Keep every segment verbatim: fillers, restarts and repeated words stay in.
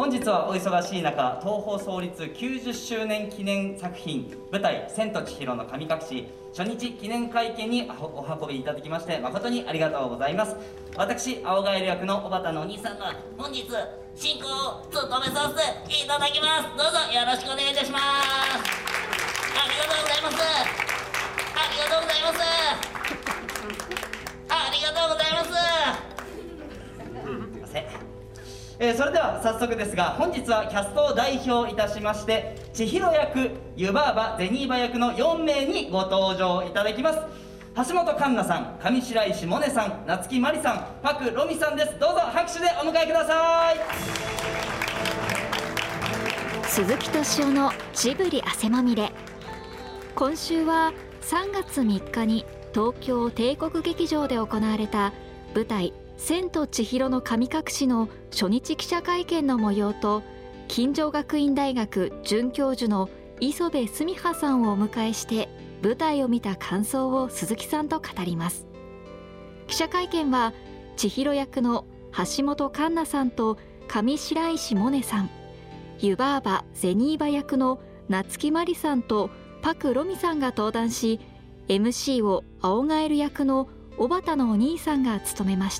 本日はお忙しい中、東宝創立きゅうじゅっしゅうねん記念作品舞台「千と千尋の神隠し」初日記念会見にお運びいただきまして誠にありがとうございます。私青ガエル役の小畑のお兄さんが本日進行を務めさせていただきます。どうぞよろしくお願いいたします。ありがとうございます。ありがとうございます。ありがとうございます。すいません。えー、それでは早速ですが、本日はキャストを代表いたしまして千尋役、湯婆婆、銭婆役のよんめいにご登場いただきます。橋本環奈さん、上白石萌音さん、夏木マリさん、パクロミさんです。どうぞ拍手でお迎えください。 鈴木敏夫のジブリ汗まみれ。今週はさんがつみっかに東京帝国劇場で行われた舞台千と千尋の神隠しの初日記者会見の模様と、金城学院大学准教授の磯部純葉さんをお迎えして舞台を見た感想を鈴木さんと語ります。記者会見は千尋役の橋本環奈さんと上白石萌音さん、湯婆婆銭婆役の夏木マリさんとパクロミさんが登壇し、 エムシー を青ガエル役の小畑のお兄さんが務めました。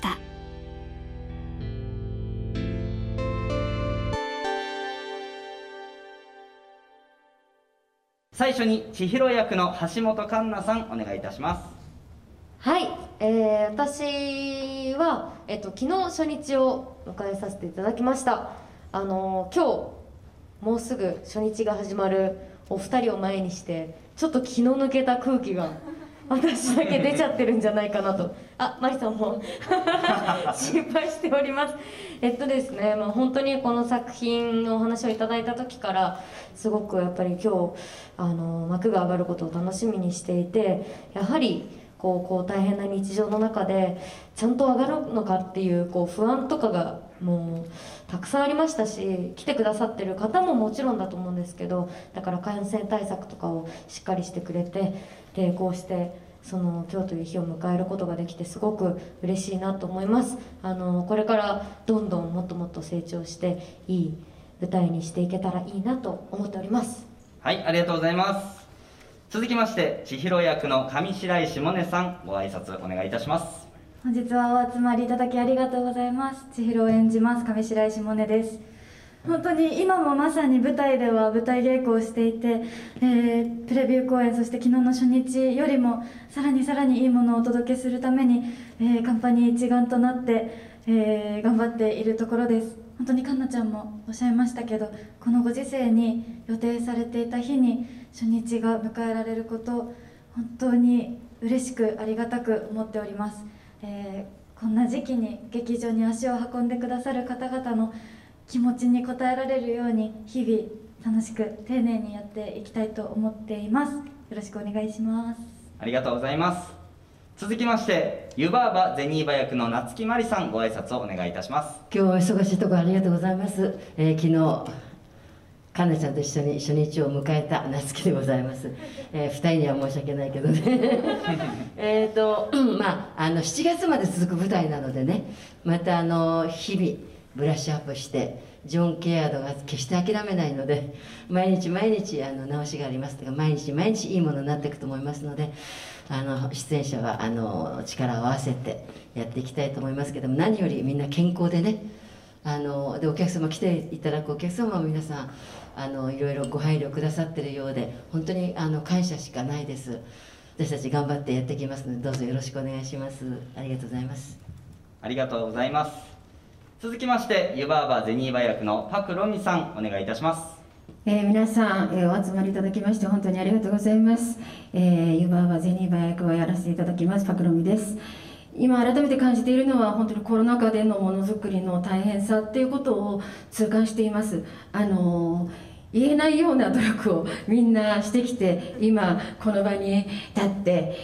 最初に千尋役の橋本環奈さんお願いいたします。 はい、えー、私は、えっと、昨日初日を迎えさせていただきました。あのー、今日もうすぐ初日が始まるお二人を前にしてちょっと気の抜けた空気が私だけ出ちゃってるんじゃないかなと。あ、マリさんも心配しております。えっとですね、まあ、本当にこの作品のお話をいただいた時からすごくやっぱり今日あの幕が上がることを楽しみにしていて、やはりこうこう大変な日常の中でちゃんと上がるのかっていうこう不安とかがもうたくさんありましたし、来てくださってる方ももちろんだと思うんですけど、だから感染対策とかをしっかりしてくれて、でこうしてその今日という日を迎えることができてすごく嬉しいなと思います。あのこれからどんどんもっともっと成長していい舞台にしていけたらいいなと思っております。 はい、ありがとうございます。続きまして千尋役の上白石萌音さん、ご挨拶お願いいたします。 本日はお集まりいただきありがとうございます。千尋を演じます上白石萌音です。本当に今もまさに舞台では舞台稽古をしていて、えー、プレビュー公演、そして昨日の初日よりもさらにさらにいいものをお届けするために、えー、カンパニー一丸となって、えー、頑張っているところです。本当にかんなちゃんもおっしゃいましたけど、このご時世に予定されていた日に初日が迎えられること、本当に嬉しくありがたく思っております。えー、こんな時期に劇場に足を運んでくださる方々の気持ちに応えられるように日々楽しく丁寧にやっていきたいと思っています。よろしくお願いします。 ありがとうございます。続きまして湯婆婆銭婆役の夏木マリさん、ご挨拶をお願いいたします。 今日は忙しいところありがとうございます。えー、昨日かんなちゃんと一緒に初日を迎えた夏木でございます。えー、ふたりには申し訳ないけどねえっとまああのしちがつまで続く舞台なのでね、またあの日々ブラッシュアップしてジョン・ケアードが決して諦めないので、毎日毎日あの直しがありますとか、毎日毎日いいものになっていくと思いますので、あの出演者はあの力を合わせてやっていきたいと思いますけども、何よりみんな健康でね、あのでお客様来ていただくお客様も皆さんあのいろいろご配慮くださってるようで、本当にあの感謝しかないです。私たち頑張ってやっていきますので、どうぞよろしくお願いします。ありがとうございます。 ありがとうございます。続きまして湯婆婆銭婆役のパクロミさん、お願いいたします。 えー、皆さん、えー、お集まりいただきまして本当にありがとうございます。えー、湯婆婆銭婆役をやらせていただきますパクロミです。今改めて感じているのは、本当にコロナ禍でのものづくりの大変さっていうことを痛感しています。あのー言えないような努力をみんなしてきて、今この場に立って、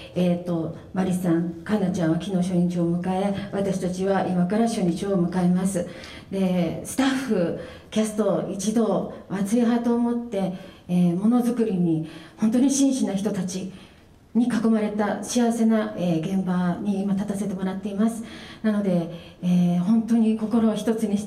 えーとマリさん、かなちゃんは昨日初日を迎え、私たちは今から初日を迎えます。でスタッフキャスト一同熱いハートを持って、えー、ものづくりに本当に真摯な人たちに囲まれた幸せな、えー、現場に今立たせてもらっています。なので、えー、本当に心を一つにして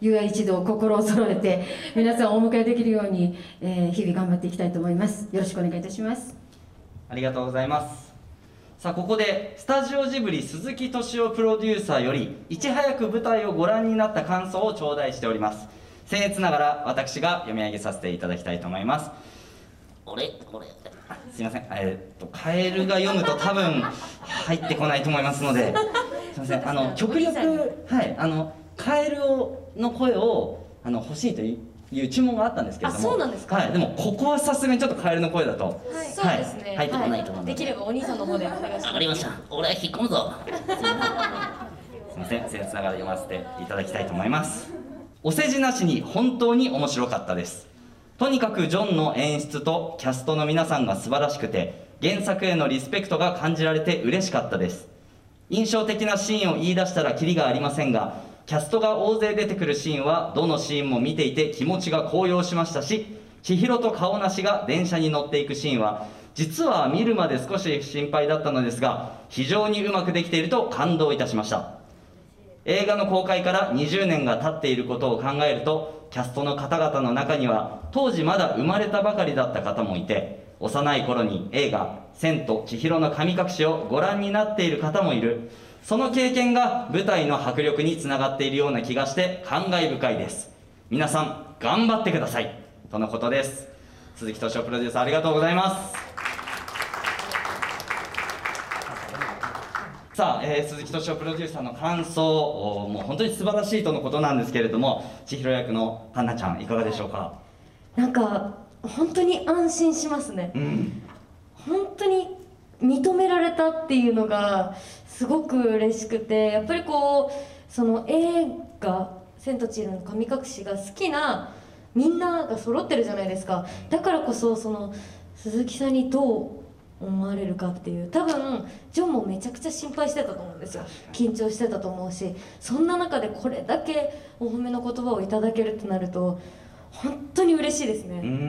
友愛一同心を揃えて皆さんをお迎えできるように、えー日々頑張っていきたいと思います。よろしくお願いいたします。 ありがとうございます。さあここでスタジオジブリ鈴木敏夫プロデューサーよりいち早く舞台をご覧になった感想を頂戴しております。僭越ながら私が読み上げさせていただきたいと思います。俺俺すいません、えー、っとカエルが読むと多分入ってこないと思いますのですいません、あの極力はいあのカエルをの声をあの欲しいという注文があったんですけれども、 あそうなんですか。 はい、でもここはさすがにちょっとカエルの声だと、はい、 そうですね、 入ってこないと思うので、 できればお兄さんの方でお願いします。 わかりました。俺は引っ込むぞ。すいません、僭越ながら読ませていただきたいと思います。お世辞なしに本当に面白かったです。とにかくジョンの演出とキャストの皆さんが素晴らしくて、原作へのリスペクトが感じられて嬉しかったです。印象的なシーンを言い出したらキリがありませんが、キャストが大勢出てくるシーンはどのシーンも見ていて気持ちが高揚しましたし、千尋と顔なしが電車に乗っていくシーンは実は見るまで少し心配だったのですが、非常にうまくできていると感動いたしました。映画の公開からにじゅうねんが経っていることを考えると、キャストの方々の中には当時まだ生まれたばかりだった方もいて、幼い頃に映画「千と千尋の神隠し」をご覧になっている方もいる。その経験が舞台の迫力につながっているような気がして感慨深いです。皆さん頑張ってくださいとのことです。鈴木敏夫プロデューサーありがとうございます。さあ、えー、鈴木敏夫プロデューサーの感想、もう本当に素晴らしいとのことなんですけれども、千尋役のハンナちゃんいかがでしょうか。 なんか本当に安心しますね。 うん、 本当に認められたっていうのがすごく嬉しくて、やっぱりこうその映画「千と千尋の神隠し」が好きなみんなが揃ってるじゃないですか。だからこそその鈴木さんにどう思われるかっていう、多分ジョンもめちゃくちゃ心配してたと思うんですよ。緊張してたと思うし、そんな中でこれだけお褒めの言葉をいただけるってなると本当に嬉しいですね。 うん、 うん、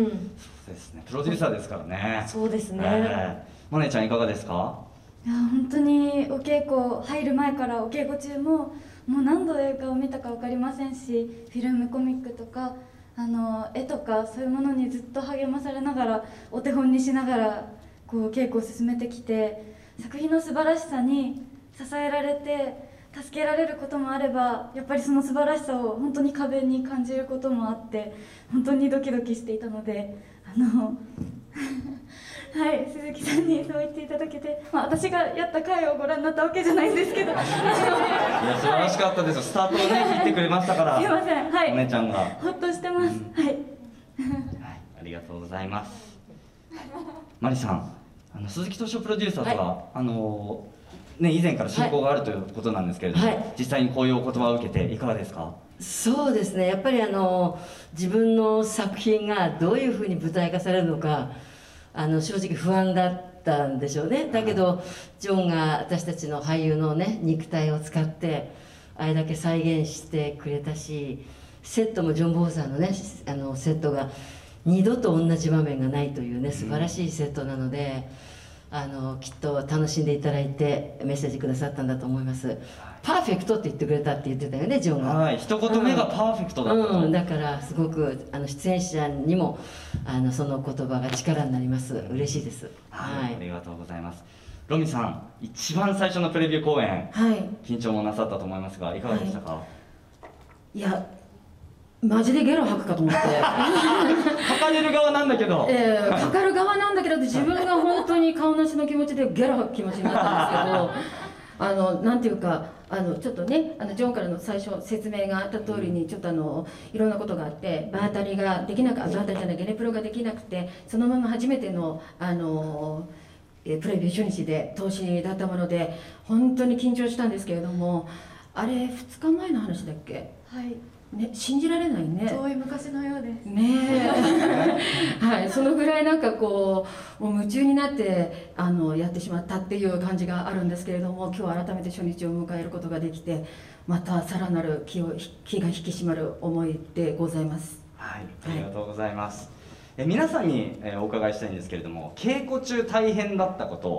そうですね、プロデューサーですからね。 そうですね、 えー、モネちゃんいかがですか。 いや本当にお稽古入る前からお稽古中ももう何度映画を見たか分かりませんし、フィルムコミックとかあの絵とかそういうものにずっと励まされながらお手本にしながらこう稽古を進めてきて、作品の素晴らしさに支えられて助けられることもあれば、やっぱりその素晴らしさを本当に壁に感じることもあって、本当にドキドキしていたので、あのはい、鈴木さんにそう言っていただけて、まあ、私がやった回をご覧になったわけじゃないんですけどいや素晴らしかったですよ、スタートをね切ってくれましたから。 すいません、はい、 モネちゃんがほっとしてます、 うんはい、 はい、ありがとうございます。マリさん、あの鈴木敏夫プロデューサーとは、はい、あのね、以前から親交があるということなんですけれども、はい、実際にこういうお言葉を受けていかがですか。 そうですね、やっぱりあの自分の作品がどういうふうに舞台化されるのか、あの正直不安だったんでしょうね。だけどジョンが私たちの俳優のね肉体を使ってあれだけ再現してくれたし、セットもジョン・ボーザーのねあのセットが二度と同じ場面がないというね素晴らしいセットなので、あのきっと楽しんでいただいてメッセージくださったんだと思います。パーフェクトって言ってくれたって言ってたよね、ジョンが。はい、 一言目がパーフェクトだったと、 うんうん、だからすごくあの出演者にもあのその言葉が力になります。嬉しいです。 はい、はい、ありがとうございます。ロミさん、一番最初のプレビュー公演、はい、緊張もなさったと思いますがいかがでしたか。はい、 いやマジでゲロ吐くかと思って書かれる側なんだけど、 えー、書かれる側なんだけど自分が本当に顔なしの気持ちでゲロ吐く気持ちになったんですけどあのなんていうかあのちょっとねあのジョンからの最初説明があった通りにちょっとあのいろんなことがあって場当たりができなく場当たりじゃないゲネプロができなくてそのまま初めてのあのえプレビュー初日で投資だったもので本当に緊張したんですけれども、あれふつかまえの話だっけ。 はいね、信じられないね。 遠い昔のようです。 ねえ、はい、そのぐらいなんかこう、もう夢中になってあのやってしまったっていう感じがあるんですけれども、今日改めて初日を迎えることができて、またさらなる気を気が引き締まる思いでございます。 はい、ありがとうございます。はい、え皆さんに、えー、お伺いしたいんですけれども、稽古中大変だったこと、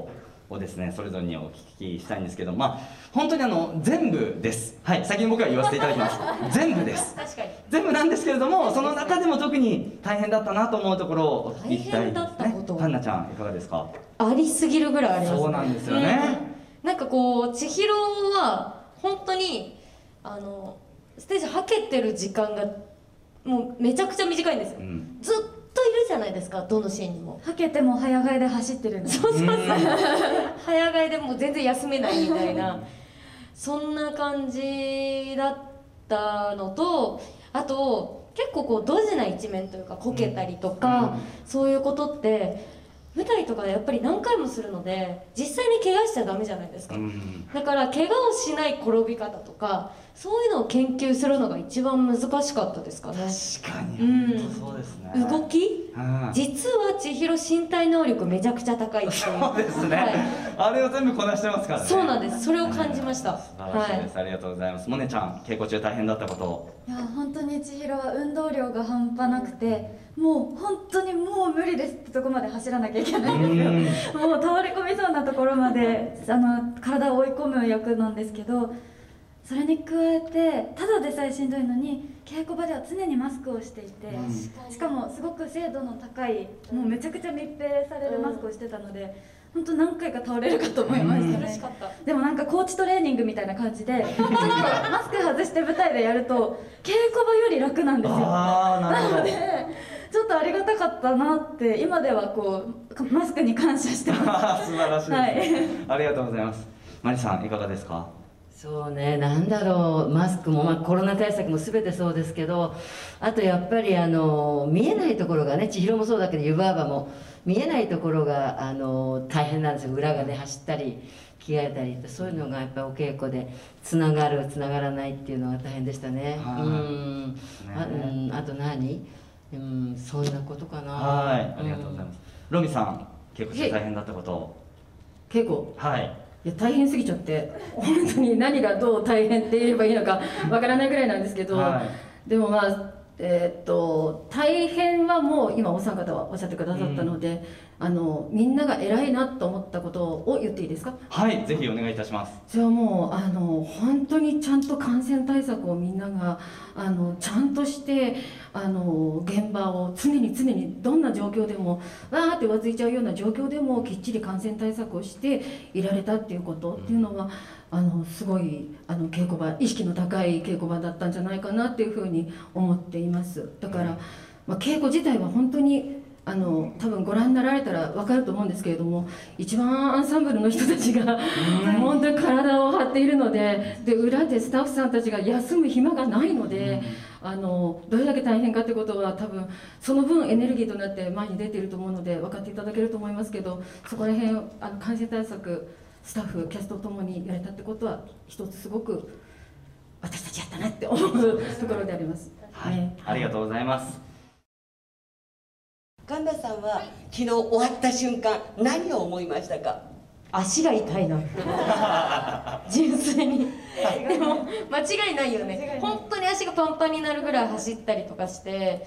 をですねそれぞれにお聞きしたいんですけど、まあ本当にあの全部です。はい、先に僕が言わせていただきます。全部です。 確かに全部なんですけれども、その中でも特に大変だったなと思うところをお聞きしたいですね。 大変だったことカンナちゃんいかがですか？ ありすぎるぐらいありますね。 そうなんですよね。 うん、なんかこう千尋は本当にあのステージはけてる時間がもうめちゃくちゃ短いんですよ、うん、ずっといるじゃないですか、どのシーンにも。 はけても早替えで走ってるんです。 そうそうそう、早替えでもう全然休めないみたいなそんな感じだったのと、あと結構こうドジな一面というかこけたりとか、うん、そういうことって舞台とかでやっぱり何回もするので実際に怪我しちゃダメじゃないですか、うん、だから怪我をしない転び方とかそういうのを研究するのが一番難しかったですかね。 確かに、 うん、 本当そうですね。 動き、うん、実は千尋身体能力めちゃくちゃ高いっていう。 そうですね、はい、あれを全部こなしてますからね。 そうなんです、それを感じました、うん、 素晴らしいです、はい、ありがとうございます。モネちゃん稽古中大変だったことを。 いや本当に千尋は運動量が半端なくて、もう本当にもう無理ですってとこまで走らなきゃいけないんですよ。もう倒れ込みそうなところまであの体を追い込む役なんですけど、それに加えてただでさえしんどいのに稽古場では常にマスクをしていて、うん、しかもすごく精度の高いもうめちゃくちゃ密閉されるマスクをしてたので、本当何回か倒れるかと思いましたね、うん、 嬉しかった。 でもなんかコーチトレーニングみたいな感じでちょっとマスク外して舞台でやると稽古場より楽なんですよ。 あー、なるほど。 なのでちょっとありがたかったなって今ではこうマスクに感謝してます。 素晴らしいです、 はい、 ありがとうございます。マリさんいかがですか？ そうね、なんだろう、マスクも、まあ、コロナ対策も全てそうですけど、あとやっぱりあの見えないところがね、千尋もそうだけど湯婆婆も見えないところがあの大変なんですよ。裏がね走ったり着替えたりと、そういうのがやっぱりお稽古でつながるつながらないっていうのが大変でしたね。うん、ね、あ、うん、あと何、うん、そんなことかな。 はい、ありがとうございます。うん、ロミさん稽古中大変だったことを。 稽古、 はい、 いや大変すぎちゃって本当に何がどう大変って言えばいいのかわからないぐらいなんですけど、はい、でもまあえー、っと大変はもう今お三方はおっしゃってくださったので、うん、あのみんなが偉いなと思ったことを言っていいですか？ はい、ぜひお願いいたします。 じゃあもうあの本当にちゃんと感染対策をみんながあのちゃんとしてあの現場を常に常にどんな状況でもわーって浮ついちゃうような状況でもきっちり感染対策をしていられたっていうことっていうのは、うん、あのすごいあの稽古場、意識の高い稽古場だったんじゃないかなっていうふうに思っています。だから、うん、まあ、稽古自体は本当にあの多分ご覧になられたら分かると思うんですけれども、一番アンサンブルの人たちが本当に体を張っているので、で裏でスタッフさんたちが休む暇がないので、あのどれだけ大変かってことは多分その分エネルギーとなって前に出ていると思うので分かっていただけると思いますけど、そこら辺あの感染対策スタッフキャストともにやれたってことは一つすごく私たちやったなって思うところであります。 はい、ね、ありがとうございます。 神田さんは昨日終わった瞬間何を思いましたか？ 足が痛いな純粋にでも間違いないよね。本当に足がパンパンになるぐらい走ったりとかして、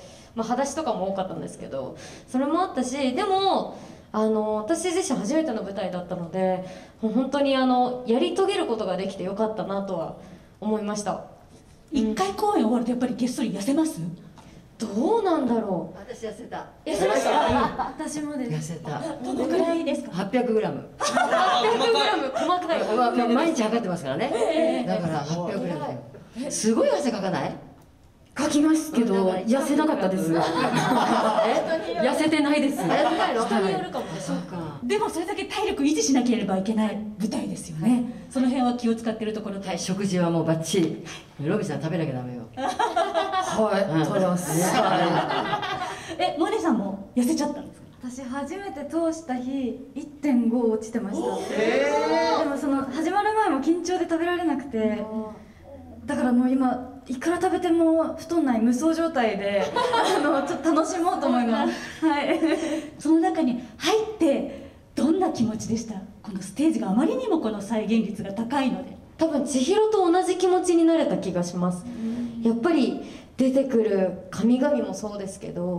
まあ、裸足とかも多かったんですけど、それもあったし、でもあの私自身初めての舞台だったので本当にあのやり遂げることができてよかったなとは思いました。 一回公演終わるとやっぱりげっそり痩せます？ どうなんだろう。 私痩せた。 痩せました？ 私もです。 痩せた。 どのくらいですか？ はっぴゃくグラム。 はっぴゃくグラム細かい。 まあ毎日測ってますからね。だからはっぴゃくグラム。すごい汗かかない？ かきますけど痩せなかったです。痩せてないです。 人によるかも。 そうか。 でもそれだけ体力維持しなければいけない舞台ですよね。その辺は気を使ってるところで。 食事はもうバッチリ。ロビさん食べなきゃダメよ。 はい、食べます。 え、モネさんも痩せちゃったんですか？ 私初めて通した日 いってんご 落ちてました。えー、でもその始まる前も緊張で食べられなくて、だからもう今いくら食べても太んない無双状態であのちょっと楽しもうと思います。はい。 その中に入ってどんな気持ちでした？このステージがあまりにもこの再現率が高いので。 多分千尋と同じ気持ちになれた気がします。やっぱり出てくる神々もそうですけど、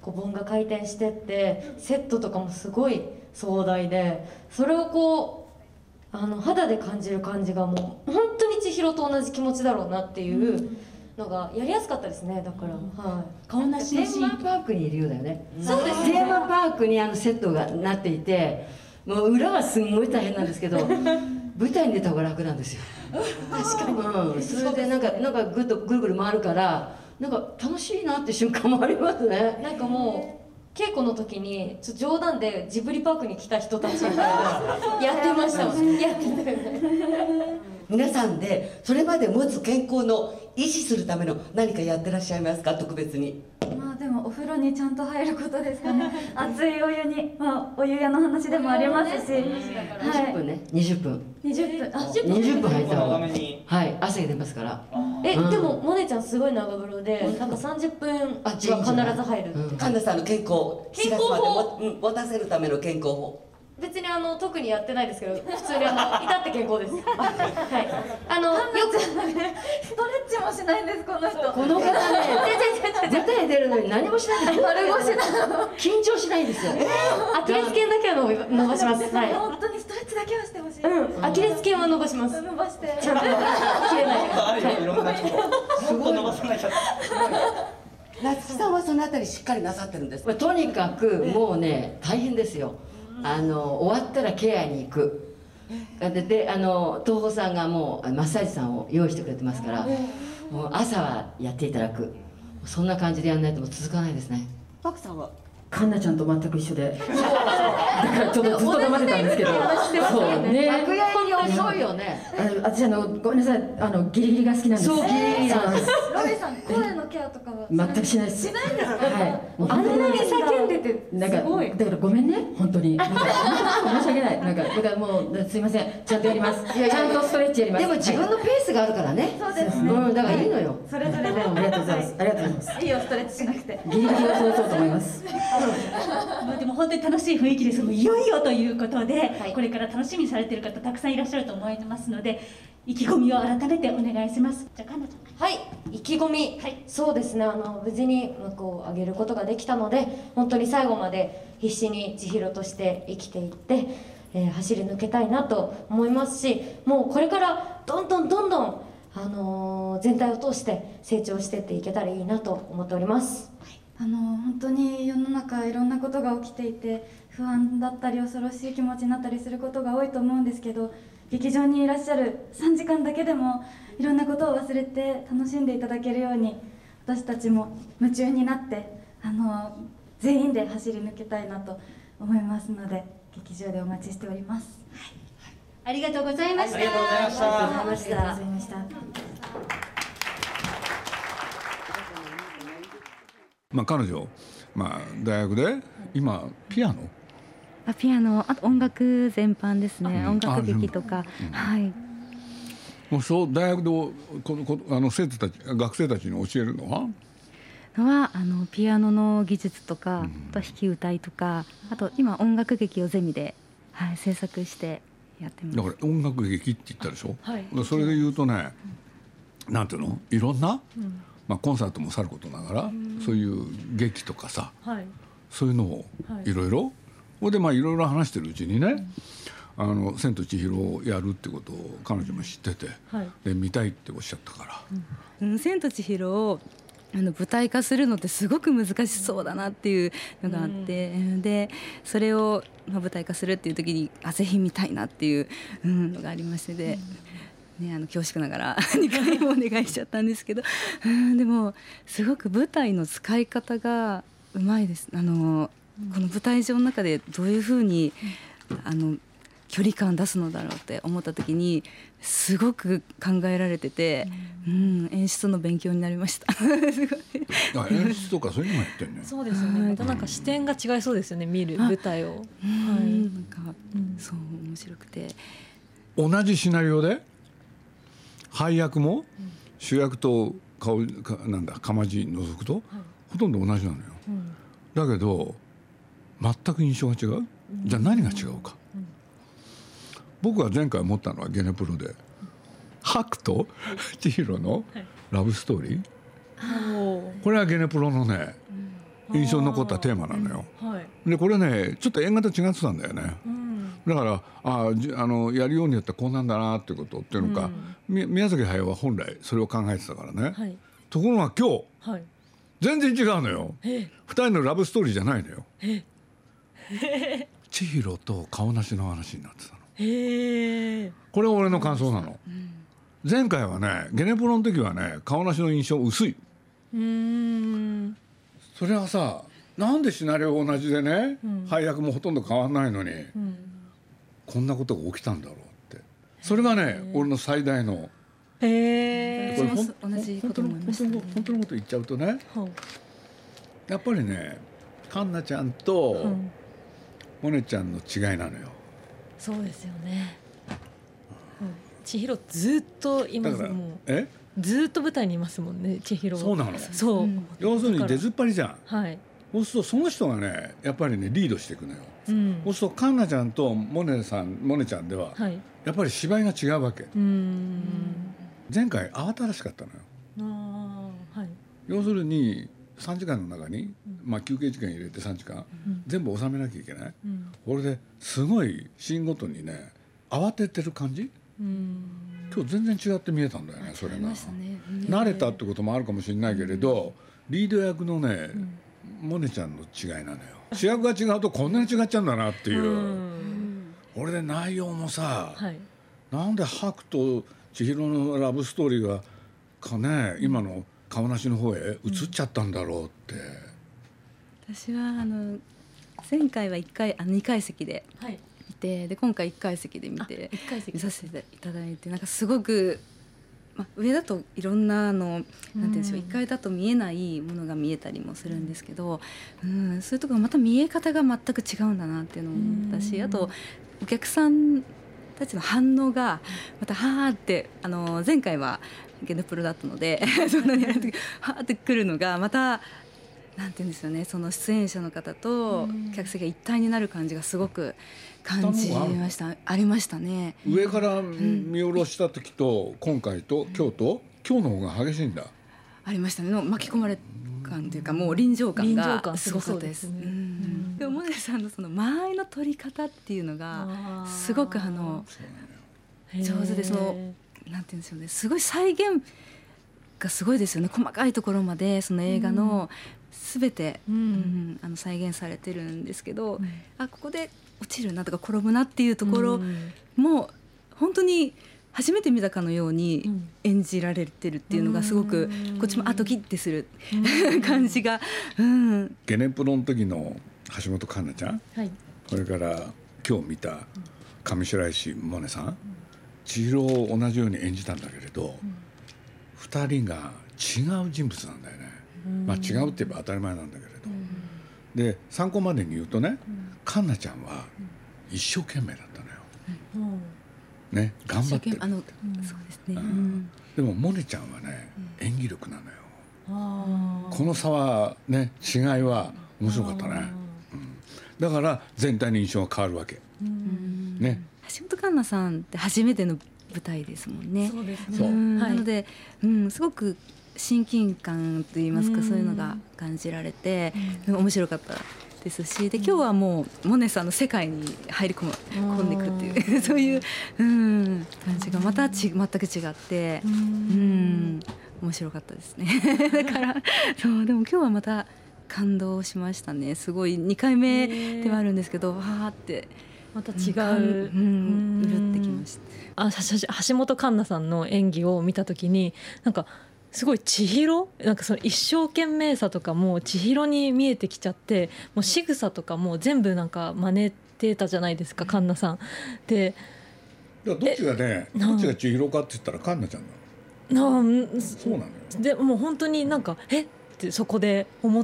こう盆が回転してってセットとかもすごい壮大で、それをこうあの肌で感じる感じがもう本当に千尋と同じ気持ちだろうなっていうのがやりやすかったですね。だから、はい、 顔なしのシーンテーマパークにいるようだよね。 そうですね。 テーマパークにあのセットがなっていて、もう裏はすんごい大変なんですけど舞台に出た方が楽なんですよ。 確かに、 うん、それでなんかなんかぐっとぐるぐる回るからなんか楽しいなって瞬間もありますね。 なんかもう稽古の時にちょ冗談でジブリパークに来た人たちみたいなやってましたもん。やってたよね。 皆さんでそれまで持つ健康の維持するための何かやってらっしゃいますか、特別に。 まあでもお風呂にちゃんと入ることですかね。熱いお湯に、まあ、お湯屋の話でもありますし、 にじゅっぷんね、にじゅっぷんにじゅっぷん、あ、 にじゅっぷん入った方が長めにはい汗が出ますから。 え、 うんでもモネちゃんすごい長風呂で、なんかさんじゅっぷんはあ必ず入る。 うん神田さんの健康健康法しがつまでも、うん、持たせるための健康法。 別にあの特にやってないですけど、普通にあの至って健康です。はい。あのよくストレッチもしないんです、この人。 この方ね舞台出るのに何もしないんです。 丸腰なの。 緊張しないんですよ。 アキレス腱だけは伸び伸ばします。はい。 本当にストレッチだけはしてほしい。 うん。アキレス腱は伸ばします。 伸ばして。 ちゃんと切れないよあるよ、いろんな人もっと伸ばさなきゃ。 夏木さんはそのあたりしっかりなさってるんですか。 まあとにかくもうね大変ですよ。あの終わったらケアに行く。でであの東宝さんがもうマッサージさんを用意してくれてますから、もう朝はやっていただく。そんな感じでやらないともう続かないですね。 パクさんはカンナちゃんと全く一緒で、だからちょっとずっと黙ってたんですけど、そうね。 楽屋入り遅いよね。 あの私あのごめんなさい、あのギリギリが好きなんです。 そうギリギリそうなんです。 ロビーさん、声のケアとかは全くしないです。しないんですか。はい。 あんなに叫んでてなんかすごい。 だからごめんね本当に。なんか申し訳ない。なんかだからもうすいません、ちゃんとやります。ちゃんとストレッチやります。 でも自分のペースがあるからね。 そうですね。 うんだからいいのよ。 それぞれで。 ありがとうございます。ありがとうございます。 いいよ、ストレッチしなくて。 ギリギリを過ごそうと思います。 まあでも本当に楽しい雰囲気です。もういよいよということで、 はいこれから楽しみにされている方たくさんいらっしゃると思いますので、意気込みを改めてお願いします。じゃあ、かんなちゃん。 はい、意気込み、 はいそうですね、あの無事に幕を上げることができたので、本当に最後まで必死に千尋として生きていって、えー走り抜けたいなと思いますし、もうこれからどんどんどんどん、あのー全体を通して成長していっていけたらいいなと思っております。 あの本当に世の中いろんなことが起きていて、不安だったり恐ろしい気持ちになったりすることが多いと思うんですけど、劇場にいらっしゃるさんじかんだけでもいろんなことを忘れて楽しんでいただけるように、私たちも夢中になってあの全員で走り抜けたいなと思いますので、劇場でお待ちしております。 ありがとうございました。 ありがとうございましたありがとうございました。 まあ彼女、まあ、大学で今ピアノあピアノ、あと音楽全般ですね、 うん音楽劇とか、 うんはいもうそう大学でこのこあの生徒たち学生たちに教えるのははあのピアノの技術とか、 うんあと弾き歌いとか、あと今音楽劇をゼミで、はい、制作してやってます。 だから音楽劇って言ったでしょ、 はいだからそれで言うとね、なんていうのいろんな、まあ、コンサートもさることながら、そういう劇とかさ、 はいそういうのをいろいろほいでまあいろいろ話してるうちにね「あの千と千尋」をやるってことを彼女も知ってて、 はいで見たいっておっしゃったから、 うん、千と千尋をあの舞台化するのってすごく難しそうだなっていうのがあって、でそれを、まあ、舞台化するっていう時にあぜひ見たいなっていう、うん、のがありましてで、ね、あの恐縮ながらにかいもお願いしちゃったんですけど、うん、でもすごく舞台の使い方がうまいです。あのこの舞台上の中でどういうふうにあの距離感出すのだろうって思った時にすごく考えられてて、うん、演出の勉強になりました。すごいあ演出とかそういうのもやってんねそうですよね。またなんか視点が違いそうですよね。見る舞台を。はい。 なんか、そう面白くて同じシナリオで配役も主役と顔かなんだかまじ除くと、ほとんど同じなのよ、だけど全く印象が違う、じゃあ何が違うか、僕が前回思ったのはゲネプロでハクと千尋のラブストーリー、これはゲネプロのね印象に残ったテーマなのよ。 はい。 でこれねちょっと映画と違ってたんだよね。だからあじあのやるようにやったらこうなんだなっていうことっていうのか、み宮崎駿は本来それを考えてたからね、 はい。 ところが今日はい。 全然違うのよ。 え二人のラブストーリーじゃないのよ。 え千尋と顔なしの話になってたの。 へえ。 これは俺の感想なの。前回はねゲネプロの時はね顔なしの印象薄い。 うーん。 それはさなんでシナリオ同じでね、 うん、 配役もほとんど変わんないのに、うん、こんなことが起きたんだろうってそれがね俺の最大のへこれほん同じこと思いましたね。 本当のこと言っちゃうとね、やっぱりねカンナちゃんとモネちゃんの違いなのよ。 そうですよね、うん、千尋ずっといますもん。えずっと舞台にいますもんね千尋。 そうなの。 そう、うん、 要するに出ずっぱりじゃん。 はい。 そうするとその人がねやっぱりねリードしていくのよ、うん、そうするとカンナちゃんとモネさんモネちゃんでは、はい、やっぱり芝居が違うわけ。うん、前回慌ただしかったのよ。あ、はい、要するにさんじかんの中に、まあ、休憩時間入れてさんじかん、うん、全部収めなきゃいけない、うん、これですごいシーンごとにね慌ててる感じ、うん、今日全然違って見えたんだよねそれが、ね、慣れたってこともあるかもしれないけれど、うん、リード役のね、うんモネちゃんの違いなのよ。主役が違うとこんなに違っちゃうんだなっていう、うん、俺で内容もさ、はい、なんでハクと千尋のラブストーリーがかね今の顔なしの方へ移っちゃったんだろうって、 うん、私はあの前回はいっかいあにかい席で見て、はい、で今回いっかい席で見て見させていただいてなんかすごくまあ、上だといろんなあのなんていうんでしょう、いっかいだと見えないものが見えたりもするんですけど、うん、そういうところまた見え方が全く違うんだなっていうのを思ったし、あとお客さんたちの反応がまたはーってあの前回はゲネプロだったのでそんなにやる時はーってくるのがまたなんていうんですよね、その出演者の方と客席が一体になる感じがすごく感じました。ありましたね。 上から見下ろした時と今回と今日と今日の方が激しいんだ。 ありましたね。巻き込まれ感というかもう臨場感がすごかったです。でもモネさんのその間合いの取り方っていうのがすごくあの上手で、そのなんていうんですよね、すごい再現がすごいですよね。細かいところまでその映画のすべて、うんうん、あの再現されてるんですけど、うん、あここで落ちるなとか転ぶなっていうところも本当に初めて見たかのように演じられてるっていうのがすごくこっちもあドキッてする感じが、うん、 ゲネプロの時の橋本環奈ちゃん、はい、それから今日見た上白石萌音さん、千尋を同じように演じたんだけれど、うん、ふたりが違う人物なんだよね。まあ、違うって言えば当たり前なんだけれど、うん、で参考までに言うとね、うん、環奈ちゃんは一生懸命だったのよ、うん、ね、頑張ってる、あの、うん、そうですね、うん、でも萌音ちゃんはね、うん、演技力なのよ。この差はね、違いは面白かったね、うん、だから全体の印象が変わるわけ、うん、ね。 橋本環奈さんって初めての舞台ですもんね。 そうですね。 そう、なので、うん、すごく親近感といいますか、そういうのが感じられて、うん、面白かったですし、で今日はもうモネさんの世界に入り込む込んでいくっていうそういう、うん、感じがまたち全く違って、うん、うん、面白かったですねだからそうでも今日はまた感動しましたね。すごいにかいめではあるんですけど、わーってまた違う、うん、 うるってきました。 あ橋本環奈さんの演技を見た時になんかすごい千尋なんかその一生懸命さとかも千尋に見えてきちゃって、もう仕草とかも全部なんか真似てたじゃないですか、環奈さんで。 どっちがね、どっちが千尋かって言ったら環奈ちゃんだ。 なそうなのよ。 でもう本当になんかえってそこで思って、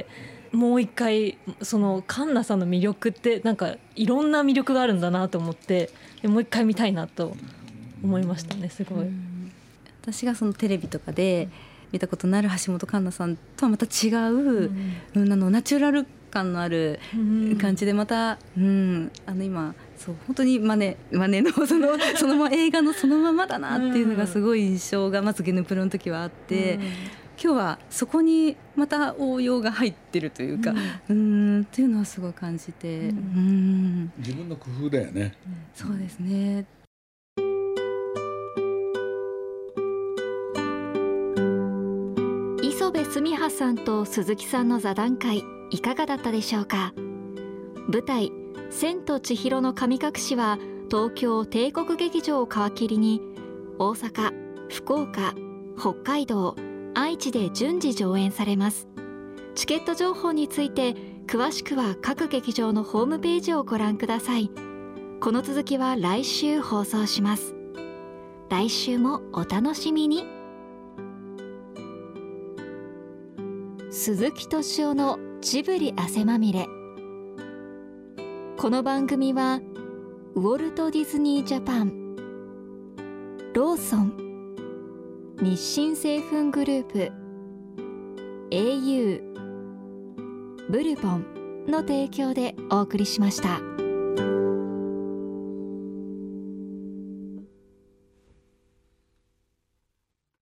もう一回その環奈さんの魅力ってなんかいろんな魅力があるんだなと思って、もう一回見たいなと思いましたね。すごい。 私がそのテレビとかで見たことのある橋本環奈さんとはまた違う、うん、あのナチュラル感のある感じで、また、うん、あの今そう本当にマネマネのそのそのまま映画のそのままだなっていうのがすごい印象がまずゲネプロの時はあって、 今日はそこにまた応用が入ってるというか、うん、うんっていうのはすごい感じて、うん、 自分の工夫だよね、 うん、そうですね。 磯部純葉さんと鈴木さんの座談会いかがだったでしょうか。舞台「千と千尋の神隠し」は東京帝国劇場を皮切りに大阪、福岡、北海道、愛知で順次上演されます。チケット情報について詳しくは各劇場のホームページをご覧ください。この続きは来週放送します。来週もお楽しみに。鈴木敏夫のジブリ汗まみれ。この番組はウォルト・ディズニー・ジャパン、ローソン、日清製粉グループ、エーユー、ブルボンの提供でお送りしました。